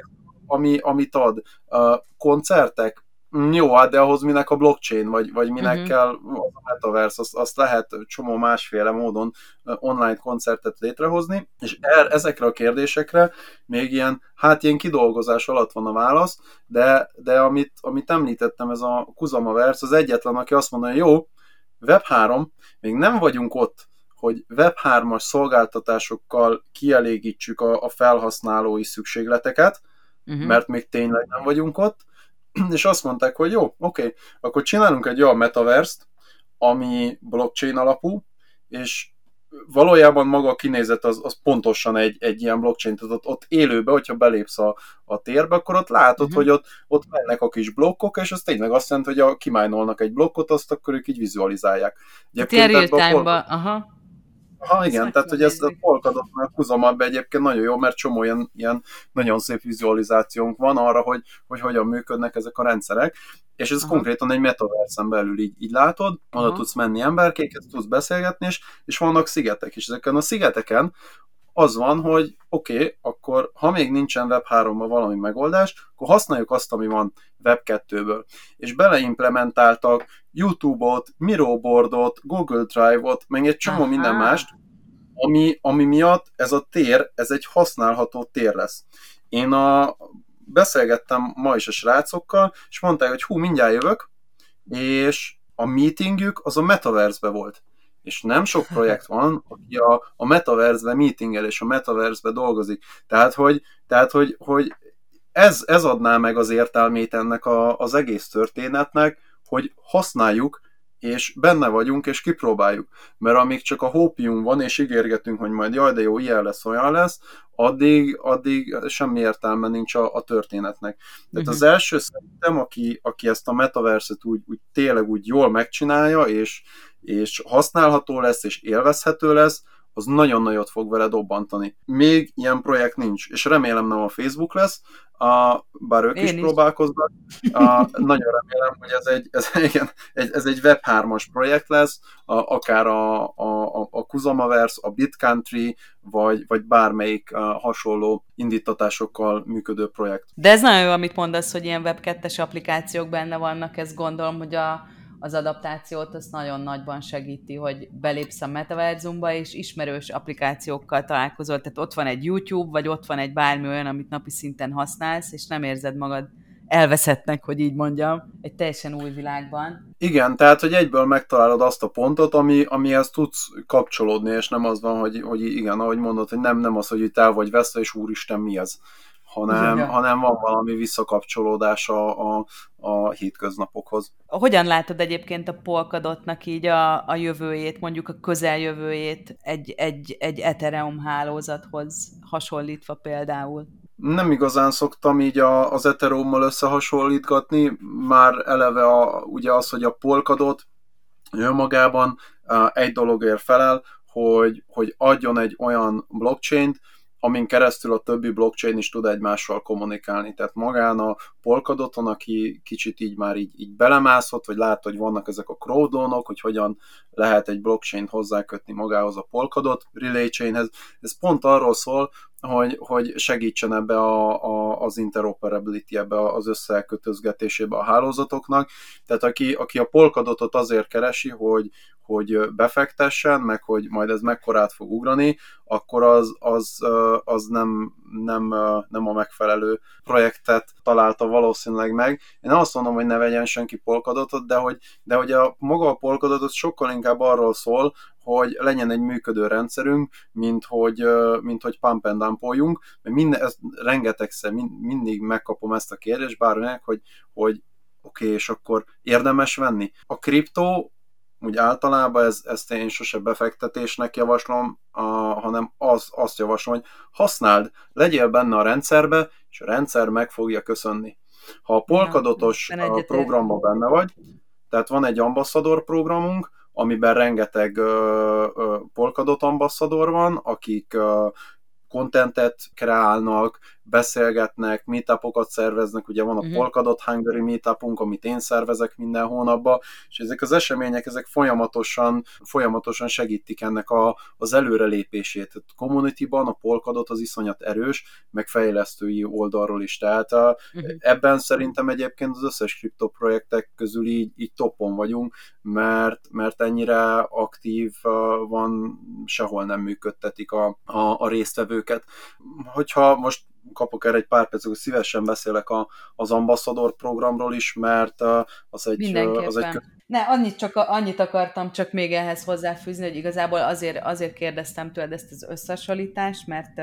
ami, amit ad. Uh, koncertek? Jó, hát de ahhoz minek a blockchain, vagy, vagy minek Uh-huh. kell a metaverse, azt, azt lehet csomó másféle módon online koncertet létrehozni, és er, ezekre a kérdésekre még ilyen, hát ilyen kidolgozás alatt van a válasz, de, de amit, amit említettem, ez a Kusamaverse, az egyetlen, aki azt mondja, hogy jó, web három, még nem vagyunk ott, hogy web hármas szolgáltatásokkal kielégítsük a, a felhasználói szükségleteket, Uh-huh. mert még tényleg nem vagyunk ott, és azt mondták, hogy jó, oké, okay, akkor csinálunk egy olyan metaverse-t, ami blockchain alapú, és valójában maga a kinézet az, az pontosan egy, egy ilyen blockchain, tehát ott, ott élőbe, hogyha belépsz a, a térbe, akkor ott látod, uh-huh. hogy ott, ott mennek a kis blokkok, és az tényleg azt jelenti, hogy a kimájnolnak egy blokkot, azt akkor ők így vizualizálják. Tehát ilyen real time-ba, aha. Ha igen, tehát hogy ez a Polkadotnak húzom be egyébként nagyon jó, mert csomó ilyen, ilyen nagyon szép vizualizációnk van arra, hogy, hogy hogyan működnek ezek a rendszerek, és ez Aha. konkrétan egy metaversen belül így, így látod, oda Aha. tudsz menni emberkékhez, tudsz beszélgetni, és, és vannak szigetek, és ezeken a szigeteken az van, hogy oké, okay, akkor ha még nincsen web háromban valami megoldás, akkor használjuk azt, ami van web kettőből. És beleimplementáltak YouTube-ot, Miroboardot, Google Drive-ot, meg egy csomó Aha. minden mást, ami, ami miatt ez a tér, ez egy használható tér lesz. Én a, beszélgettem ma is a srácokkal, és mondták, hogy hú, mindjárt jövök, és a meetingjük az a Metaverse-be volt. És nem sok projekt van, aki a, a Metaverse-be meetingel, és a Metaverse-be dolgozik. Tehát, hogy, tehát, hogy, hogy ez, ez adná meg az értelmét ennek a, az egész történetnek, hogy használjuk, és benne vagyunk, és kipróbáljuk. Mert amíg csak a hópium van, és ígérgetünk, hogy majd jaj, de jó, ilyen lesz, olyan lesz, addig, addig semmi értelme nincs a, a történetnek. Tehát uh-huh. az első szerintem, aki, aki ezt a metaverset úgy, úgy tényleg úgy jól megcsinálja, és, és használható lesz, és élvezhető lesz, az nagyon nagyot fog vele dobbantani. Még ilyen projekt nincs, és remélem nem a Facebook lesz, a, bár ők Én is, is próbálkoznak. A, nagyon remélem, hogy ez egy, ez, igen, egy, ez egy web hármas projekt lesz, a, akár a, a, a Kusamaverse, a BitCountry, vagy, vagy bármelyik a, hasonló indítatásokkal működő projekt. De ez nagyon jó, amit mondasz, hogy ilyen web kettes applikációk benne vannak, ezt gondolom, hogy a az adaptációt az nagyon nagyban segíti, hogy belépsz a metaverzumba, és ismerős applikációkkal találkozol, tehát ott van egy YouTube, vagy ott van egy bármi olyan, amit napi szinten használsz, és nem érzed magad elveszettnek, hogy így mondjam, egy teljesen új világban. Igen, tehát, hogy egyből megtalálod azt a pontot, ami, amihez tudsz kapcsolódni, és nem az van, hogy, hogy igen, ahogy mondod, hogy nem, nem az, hogy itt el vagy veszve, és úristen, mi ez? Hanem, ja. hanem van valami visszakapcsolódás a, a, a hétköznapokhoz. Hogyan látod egyébként a Polkadotnak így a, a jövőjét, mondjuk a közeljövőjét egy, egy, egy Ethereum hálózathoz hasonlítva például? Nem igazán szoktam így a, az Ethereummal összehasonlítgatni, már eleve a, ugye az, hogy a Polkadot önmagában egy dologért felel, hogy, hogy adjon egy olyan blockchaint, amin keresztül a többi blockchain is tud egymással kommunikálni. Tehát magán a Polkadoton, aki kicsit így már így, így belemászott, vagy látta, hogy vannak ezek a crowdloanok, hogy hogyan lehet egy blockchain hozzákötni magához a Polkadot relay chainhez. Ez pont arról szól, hogy, hogy segítsen ebbe a, a, az interoperability, ebbe az összekötözgetésébe a hálózatoknak. Tehát aki, aki a Polkadotot azért keresi, hogy, hogy befektessen, meg hogy majd ez mekkorát fog ugrani, akkor az, az, az nem, nem, nem a megfelelő projektet találta valószínűleg meg. Én nem azt mondom, hogy ne vegyen senki Polkadotot, de hogy, de hogy a maga a Polkadotot sokkal inkább arról szól, hogy legyen egy működő rendszerünk, mint hogy, mint hogy pump and dumpoljunk, mert minden, ez rengetegszer mind, mindig megkapom ezt a kérdést bármilyenek, hogy, hogy oké, okay, és akkor érdemes venni. A kriptó úgy általában ez, ezt én sose befektetésnek javaslom, a, hanem az, azt javaslom, hogy használd, legyél benne a rendszerbe, és a rendszer meg fogja köszönni. Ha a Polkadotos ja, programban benne vagy, tehát van egy ambassador programunk, amiben rengeteg uh, uh, Polkadot ambassador van, akik uh, contentet kreálnak, beszélgetnek, meetupokat szerveznek, ugye van a uh-huh. Polkadot Hungary meetupunk, amit én szervezek minden hónapban, és ezek az események, ezek folyamatosan, folyamatosan segítik ennek a, az előrelépését. A community-ban a Polkadot az iszonyat erős, meg fejlesztői oldalról is, tehát a, uh-huh. ebben szerintem egyébként az összes kriptoprojektek közül így, így topon vagyunk, mert, mert ennyire aktív van, sehol nem működtetik a, a, a résztvevőket. Hogyha most kapok erre egy pár percet, hogy szívesen beszélek a, az Ambassador programról is, mert az egy... Az egy... Ne, annyit, csak, annyit akartam csak még ehhez hozzáfűzni, hogy igazából azért, azért kérdeztem tőled ezt az összehasonlítást, mert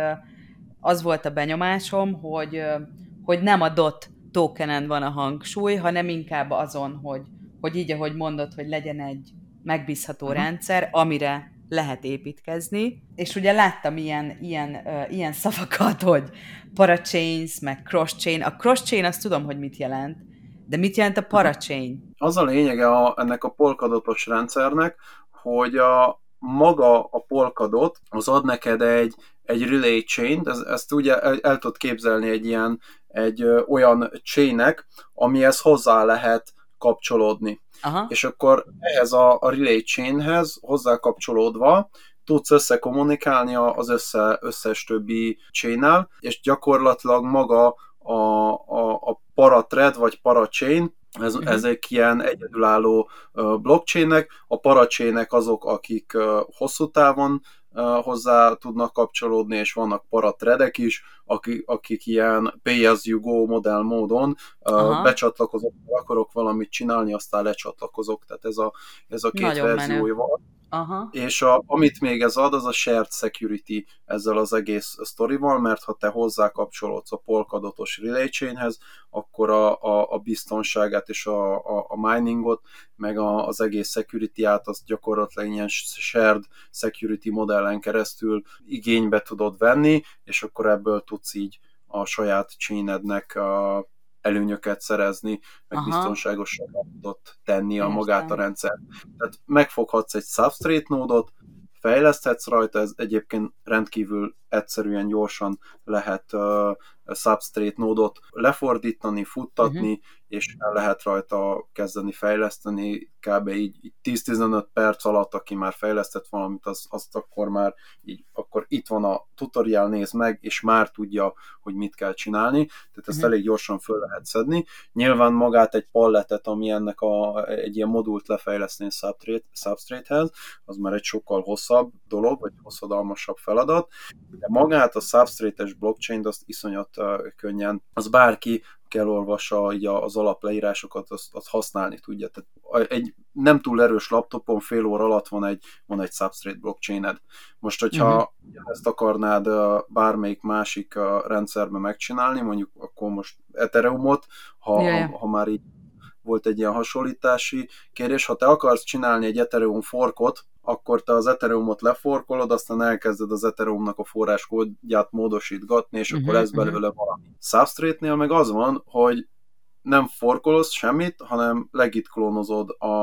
az volt a benyomásom, hogy, hogy nem a dot tokenen van a hangsúly, hanem inkább azon, hogy, hogy így, ahogy mondod, hogy legyen egy megbízható uh-huh. rendszer, amire lehet építkezni, és ugye láttam ilyen, ilyen, uh, ilyen szavakat, hogy parachains, meg cross-chain. A cross-chain azt tudom, hogy mit jelent, de mit jelent a parachain? Az a lényege a, ennek a polkadotos rendszernek, hogy a maga a Polkadot az ad neked egy, egy relay chain, ez, ezt ugye el, el tudod képzelni egy ilyen, egy ö, olyan chainnek, amihez hozzá lehet kapcsolódni. Aha. És akkor ehhez a, a relay chainhez hozzá kapcsolódva tudsz összekommunikálni az össze, összes többi chain-nel, és gyakorlatilag maga a, a, a parathread vagy parachain, ez, uh-huh. ezek ilyen egyedülálló uh, blockchainek, a parachainek azok, akik uh, hosszú távon uh, hozzá tudnak kapcsolódni, és vannak parathreadek is, akik, akik ilyen pay as you go modell módon uh, becsatlakozok, akarok valamit csinálni, aztán lecsatlakozok, tehát ez a, ez a két verziója van. Aha. És a, amit még ez ad, az a shared security ezzel az egész sztorival, mert ha te hozzá kapcsolódsz a Polkadotos relay chainhez, akkor a, a, a biztonságát és a, a, a miningot, meg a, az egész security-át, azt gyakorlatilag ilyen shared security modellen keresztül igénybe tudod venni, és akkor ebből tudsz így a saját chainednek a előnyöket szerezni, meg Aha. biztonságosan tudott tenni a magát a rendszer. Tehát megfoghatsz egy substrate nódot, fejleszthetsz rajta, ez egyébként rendkívül egyszerűen, gyorsan lehet uh, substrate nódot lefordítani, futtatni, uh-huh. és el lehet rajta kezdeni fejleszteni, kb. Így, így tíz-tizenöt perc alatt, aki már fejlesztett valamit, az, azt akkor már így, akkor itt van a tutorial, nézd meg, és már tudja, hogy mit kell csinálni, tehát ezt uh-huh. elég gyorsan föl lehet szedni. Nyilván magát egy palletet, ami ennek a, egy ilyen modult lefejleszteni substrate, substrate-hez, az már egy sokkal hosszabb dolog, vagy hosszadalmasabb feladat, de magát a substrate-es blockchain-t azt iszonyat uh, könnyen, az bárki, aki elolvassa így az alapleírásokat, azt, azt használni tudja. Tehát egy nem túl erős laptopon fél óra alatt van egy, van egy substrate blockchained. Most, hogyha uh-huh. ezt akarnád uh, bármelyik másik uh, rendszerben megcsinálni, mondjuk akkor most Ethereumot, ha, yeah. ha, ha már így volt egy ilyen hasonlítási kérdés, ha te akarsz csinálni egy Ethereum forkot, akkor te az Ethereumot leforkolod, aztán elkezded az Ethereumnak a forráskódját módosítgatni, és uh-huh, akkor ez belőle uh-huh. valami. Substrate-nél meg az van, hogy nem forkolsz semmit, hanem legit klónozod a,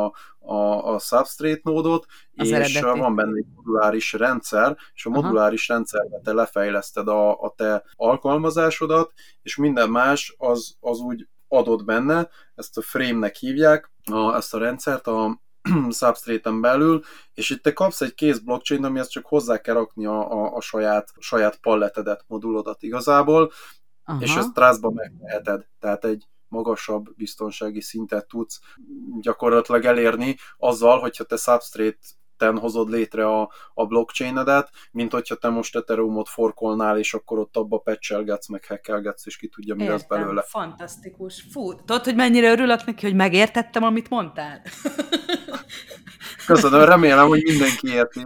a, a substrate nódot, az és eredeti. Van benne egy moduláris rendszer, és a moduláris Aha. rendszerben te lefejleszted a, a te alkalmazásodat, és minden más az, az úgy adott benne, ezt a frame-nek hívják, a, ezt a rendszert a substrate-en belül, és itt te kapsz egy kész blockchain, amihez csak hozzá kell rakni a, a, a saját, saját palletedet, modulodat igazából, Aha. és ezt trustba megteheted, tehát egy magasabb biztonsági szintet tudsz gyakorlatilag elérni azzal, hogyha te substrate-ten hozod létre a, a blockchain-edet, mint hogyha te most Ethereumot forkolnál, és akkor ott abba patchelgetsz, meg hackelgetsz, és ki tudja, mi lesz belőle. Fantasztikus. Fú, tudod, hogy mennyire örülök neki, hogy megértettem, amit mondtál? Köszönöm, remélem, hogy mindenki érti.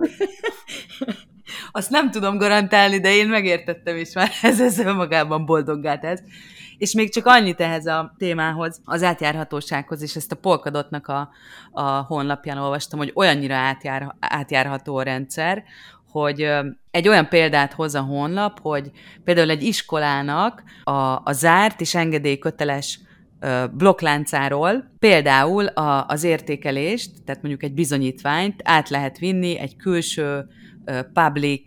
Azt nem tudom garantálni, de én megértettem, és már ez, ez magában boldoggá tesz. És még csak annyit ehhez a témához, az átjárhatósághoz, és ezt a Polkadotnak a, a honlapján olvastam, hogy olyannyira átjár, átjárható a rendszer, hogy egy olyan példát hoz a honlap, hogy például egy iskolának a, a zárt és engedélyköteles blokkláncáról például a, az értékelést, tehát mondjuk egy bizonyítványt át lehet vinni egy külső public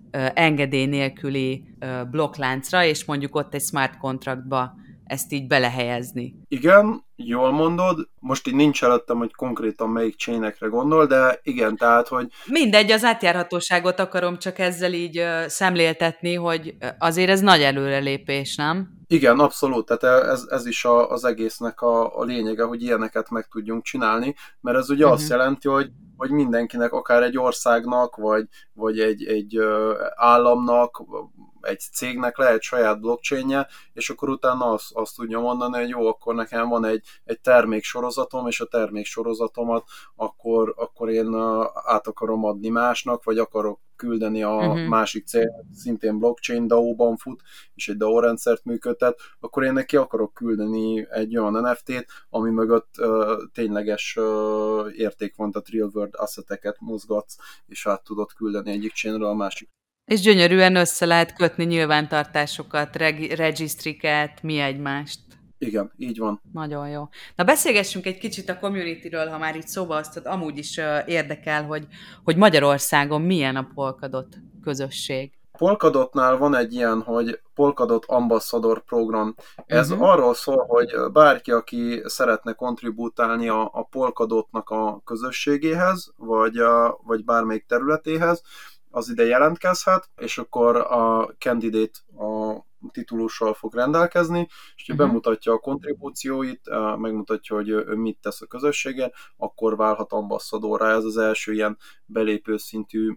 engedély nélküli blokkláncra, és mondjuk ott egy smart contractba ezt így belehelyezni. Igen, jól mondod, most így nincs előttem, hogy konkrétan melyik chainekre gondol, de igen, tehát, hogy... Mindegy, az átjárhatóságot akarom csak ezzel így uh, szemléltetni, hogy azért ez nagy előrelépés, nem? Igen, abszolút, tehát ez, ez is a, az egésznek a, a lényege, hogy ilyeneket meg tudjunk csinálni, mert ez ugye uh-huh. azt jelenti, hogy, hogy mindenkinek, akár egy országnak, vagy, vagy egy, egy uh, államnak, egy cégnek lehet saját blockchainje, és akkor utána azt, azt tudja mondani, hogy jó, akkor nekem van egy, egy terméksorozatom, és a terméksorozatomat akkor, akkor én uh, át akarom adni másnak, vagy akarok küldeni a uh-huh. másik cél, szintén blockchain dé á ó-ban fut, és egy dé á ó rendszert működtet, akkor én neki akarok küldeni egy olyan en ef té-t, ami mögött uh, tényleges uh, érték van, tehát real world asseteket mozgatsz, és át tudod küldeni egyik chainről a másik. És gyönyörűen össze lehet kötni nyilvántartásokat, reg- regisztriket, mi egymást. Igen, így van. Nagyon jó. Na beszélgessünk egy kicsit a communityről, ha már itt szóba hoztad, amúgy is uh, érdekel, hogy, hogy Magyarországon milyen a Polkadot közösség. Polkadotnál van egy ilyen, hogy Polkadot Ambassador program. Ez uh-huh. arról szól, hogy bárki, aki szeretne kontribútálni a, a Polkadotnak a közösségéhez, vagy, a, vagy bármelyik területéhez, az ide jelentkezhet, és akkor a candidate a titulussal fog rendelkezni, és ha uh-huh. bemutatja a kontribúcióit, megmutatja, hogy ő mit tesz a közösségen, akkor válhat ambasszadorrá. Ez az első ilyen belépő szintű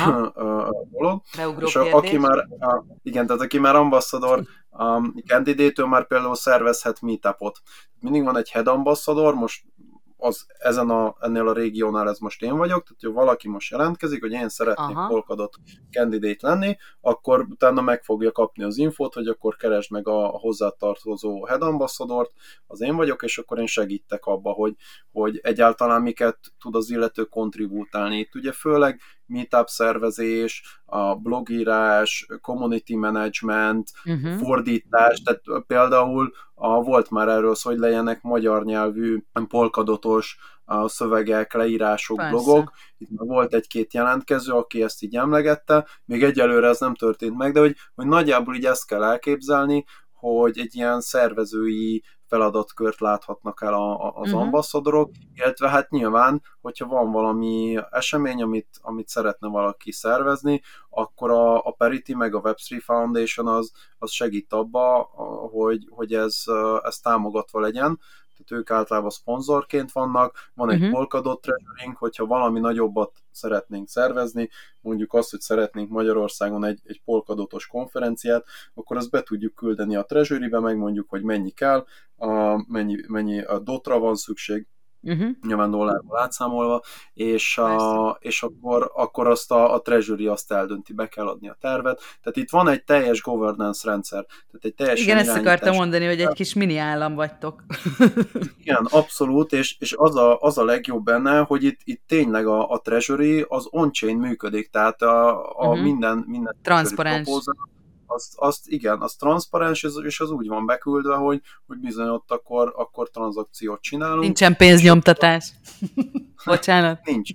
dolog. És a, aki már, a, igen, tehát aki már ambasszador um, candidate, ő már például szervezhet meetupot. Mindig van egy head ambasszador, most az, ezen a, ennél a régiónál ez most én vagyok, tehát ha valaki most jelentkezik, hogy én szeretnék Aha. Polkadot candidate lenni, akkor utána meg fogja kapni az infót, hogy akkor keresd meg a, a hozzátartozó head ambassadort, az én vagyok, és akkor én segítek abba, hogy, hogy egyáltalán miket tud az illető kontribútálni. Itt ugye főleg meetup szervezés, a blogírás, community management, uh-huh. fordítás, tehát például a, volt már erről szó, hogy legyenek magyar nyelvű, polkadotos a szövegek, leírások, Persze. blogok. Itt volt egy-két jelentkező, aki ezt így emlegette, még egyelőre ez nem történt meg, de hogy, hogy nagyjából így ezt kell elképzelni, hogy egy ilyen szervezői feladatkört láthatnak el a, a, az uh-huh. ambasszadorok, illetve hát nyilván, hogyha van valami esemény, amit, amit szeretne valaki szervezni, akkor a, a Perity meg a web három Foundation az, az segít abba, hogy, hogy ez, ez támogatva legyen. Tehát ők általában szponzorként vannak, van egy uh-huh. Polkadot treasuryink, hogyha valami nagyobbat szeretnénk szervezni, mondjuk azt, hogy szeretnénk Magyarországon egy, egy polkadotos konferenciát, akkor azt be tudjuk küldeni a treasurybe, megmondjuk, hogy mennyi kell, a, mennyi, mennyi a dotra van szükség, uh-huh. nyilván dollárból átszámolva, és, a, és akkor, akkor azt a, a treasury azt eldönti, be kell adni a tervet. Tehát itt van egy teljes governance rendszer. Tehát egy teljes Igen, ezt akartam mondani, hogy egy kis mini állam vagytok. Igen, abszolút, és, és az, a, az a legjobb benne, hogy itt, itt tényleg a, a treasury az on-chain működik, tehát a, a uh-huh. minden, minden transzparens. Azt, azt igen, az transzparens, és az úgy van beküldve, hogy, hogy bizony ott akkor, akkor tranzakciót csinálunk. Nincsen pénznyomtatás. Bocsánat. Nincs.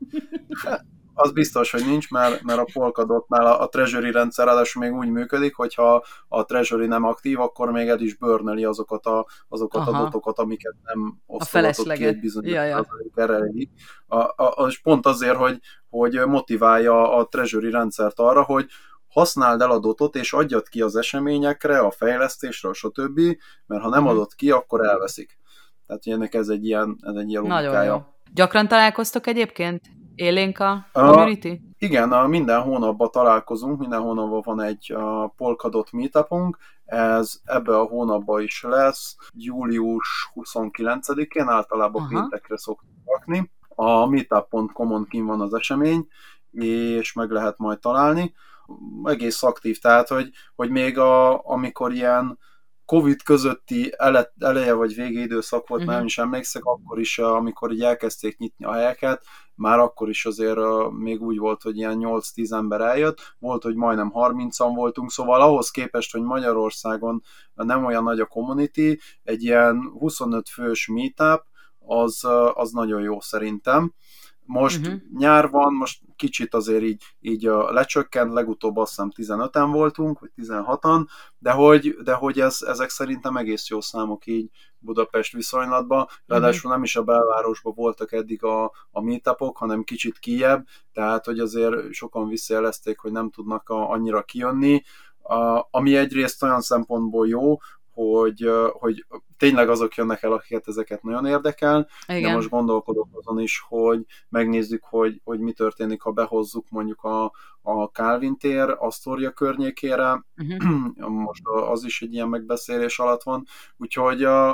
Az biztos, hogy nincs, mert, mert a Polkadotnál a, a treasury rendszer ráadásul még úgy működik, hogyha a treasury nem aktív, akkor még el is burneli azokat a, azokat a dotokat, amiket nem osztogatott ki egy bizonyos ja, ja. erejéig. A, a, és pont azért, hogy, hogy motiválja a treasury rendszert arra, hogy használd el a dotot, és adjad ki az eseményekre, a fejlesztésre, stb., mert ha nem adod ki, akkor elveszik. Tehát ennek ez egy ilyen, ez egy ilyen logikája. Gyakran találkoztok egyébként? Élénk a community? Uh, igen, a minden hónapban találkozunk, minden hónapban van egy uh, Polkadot meetupunk, ez ebbe a hónapban is lesz, július huszonkilencedikén, általában Aha. péntekre szoktuk rakni. A meetup pont com-on kint van az esemény, és meg lehet majd találni. Egész aktív, tehát, hogy, hogy még a, amikor ilyen Covid közötti ele, eleje vagy vége időszak volt, uh-huh. nem is emlékszek, akkor is, amikor így elkezdték nyitni a helyeket, már akkor is azért uh, még úgy volt, hogy ilyen nyolc-tíz ember eljött, volt, hogy majdnem harmincan voltunk, szóval ahhoz képest, hogy Magyarországon nem olyan nagy a community, egy ilyen huszonöt fős meetup, az, uh, az nagyon jó szerintem. Most uh-huh. nyár van, most kicsit azért így, így a lecsökkent, legutóbb azt hiszem tizenöten voltunk, vagy tizenhatan, de hogy, de hogy ez, ezek szerintem egész jó számok így Budapest viszonylatban, ráadásul uh-huh. nem is a belvárosban voltak eddig a, a meetupok, hanem kicsit kijebb, tehát hogy azért sokan visszajelezték, hogy nem tudnak a, annyira kijönni, a, ami egyrészt olyan szempontból jó, hogy, hogy tényleg azok jönnek el, akiket ezeket nagyon érdekel, igen. De most gondolkodok azon is, hogy megnézzük, hogy, hogy mi történik, ha behozzuk mondjuk a, a Kálvin tér Astoria környékére, uh-huh. Most az is egy ilyen megbeszélés alatt van, úgyhogy a,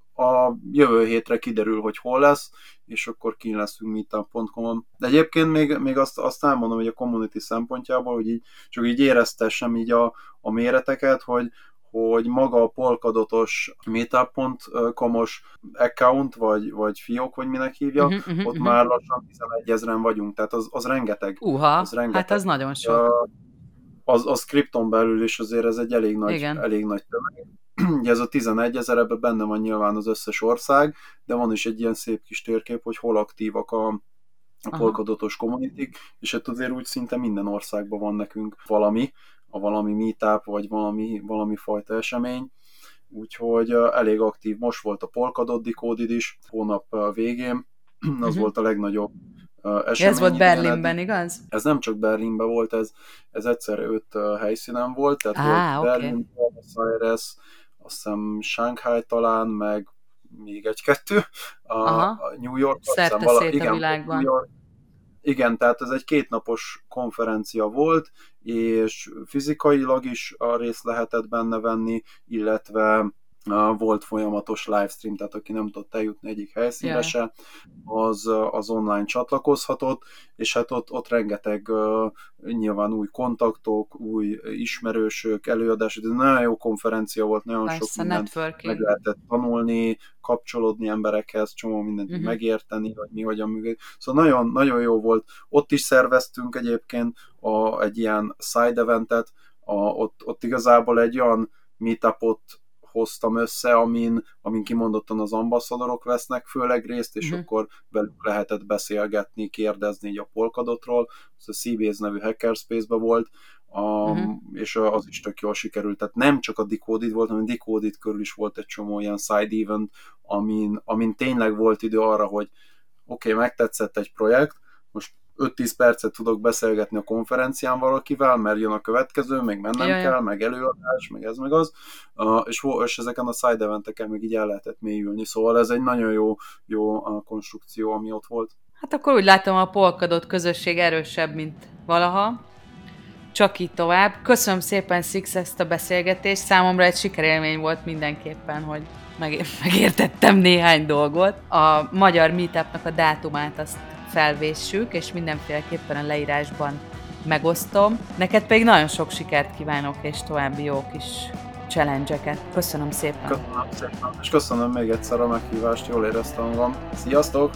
a jövő hétre kiderül, hogy hol lesz, és akkor kín leszünk meetup pont com-on. De egyébként még, még azt, azt elmondom, hogy a community szempontjából, hogy így, csak így éreztessem így a, a méreteket, hogy hogy maga a polkadotos meetup pont com-os account, vagy, vagy fiók, vagy minek hívja, uh-huh, uh-huh, ott uh-huh. már lassan tizenegy ezren vagyunk, tehát az, az rengeteg. Uha, az rengeteg. Hát az nagyon sok. Az, az Krypton belül is azért ez egy elég nagy, elég nagy tömeg. Ugye ez a tizenegy ezer, ebben benne van nyilván az összes ország, de van is egy ilyen szép kis térkép, hogy hol aktívak a, a polkadotos community, és hát azért úgy szinte minden országban van nekünk valami, a valami meetup, vagy valami, valami fajta esemény, úgyhogy uh, elég aktív. Most volt a Polkadot Decoded is, hónap uh, végén, az uh-huh. volt a legnagyobb uh, esemény. Ez volt Berlinben, igaz? Ez nem csak Berlinben volt, ez, ez egyszer öt uh, helyszínen volt, tehát ah, volt okay. Berlin, Buenos Aires, azt hiszem Shanghai talán, meg még egy-kettő, a, a New York. Szerte vala, szét igen, a világban. New York, igen, tehát ez egy kétnapos konferencia volt, és fizikailag is a részt lehetett benne venni, illetve volt folyamatos livestream, tehát aki nem tudott eljutni egyik helyszínre yeah. se, az, az online csatlakozhatott, és hát ott, ott rengeteg uh, nyilván új kontaktok, új ismerősök, előadások, de nagyon jó konferencia volt, nagyon Persze, sok mindent networking. meg lehetett tanulni, kapcsolódni emberekhez, csomó mindent uh-huh. megérteni, hogy mi hogyan működik. Szóval nagyon, nagyon jó volt. Ott is szerveztünk egyébként a, egy ilyen side eventet, a, ott, ott igazából egy olyan meetupot hoztam össze, amin, amin kimondottan az ambasszadorok vesznek főleg részt, és uh-huh. akkor velük lehetett beszélgetni, kérdezni így a Polkadotról. Ez a Seabase nevű hackerspace-ben volt, um, uh-huh. és az is tök jól sikerült. Tehát nem csak a Decoded volt, hanem a Decoded körül is volt egy csomó ilyen side event, amin, amin tényleg volt idő arra, hogy oké, okay, megtetszett egy projekt, most öt-tíz percet tudok beszélgetni a konferencián valakivel, mert jön a következő, még mennem Jaj. kell, meg előadás, meg ez, meg az, uh, és, és ezeken a side eventeken meg így el lehetett mélyülni, szóval ez egy nagyon jó, jó uh, konstrukció, ami ott volt. Hát akkor úgy látom, a Polkadot közösség erősebb, mint valaha. Csak így tovább. Köszönöm szépen, Six, ezt a beszélgetést. Számomra egy sikerélmény volt mindenképpen, hogy megértettem néhány dolgot. A magyar meetupnak a dátumát azt felvéssük, és mindenféleképpen a leírásban megosztom. Neked pedig nagyon sok sikert kívánok, és további jó kis challenge-eket. Köszönöm szépen! Köszönöm szépen, és köszönöm még egyszer a meghívást, jól éreztem magam. Sziasztok!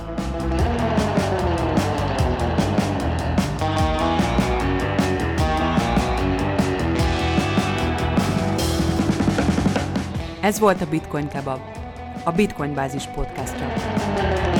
Ez volt a Bitcoin Kebab, a Bitcoin Bázis podcastja.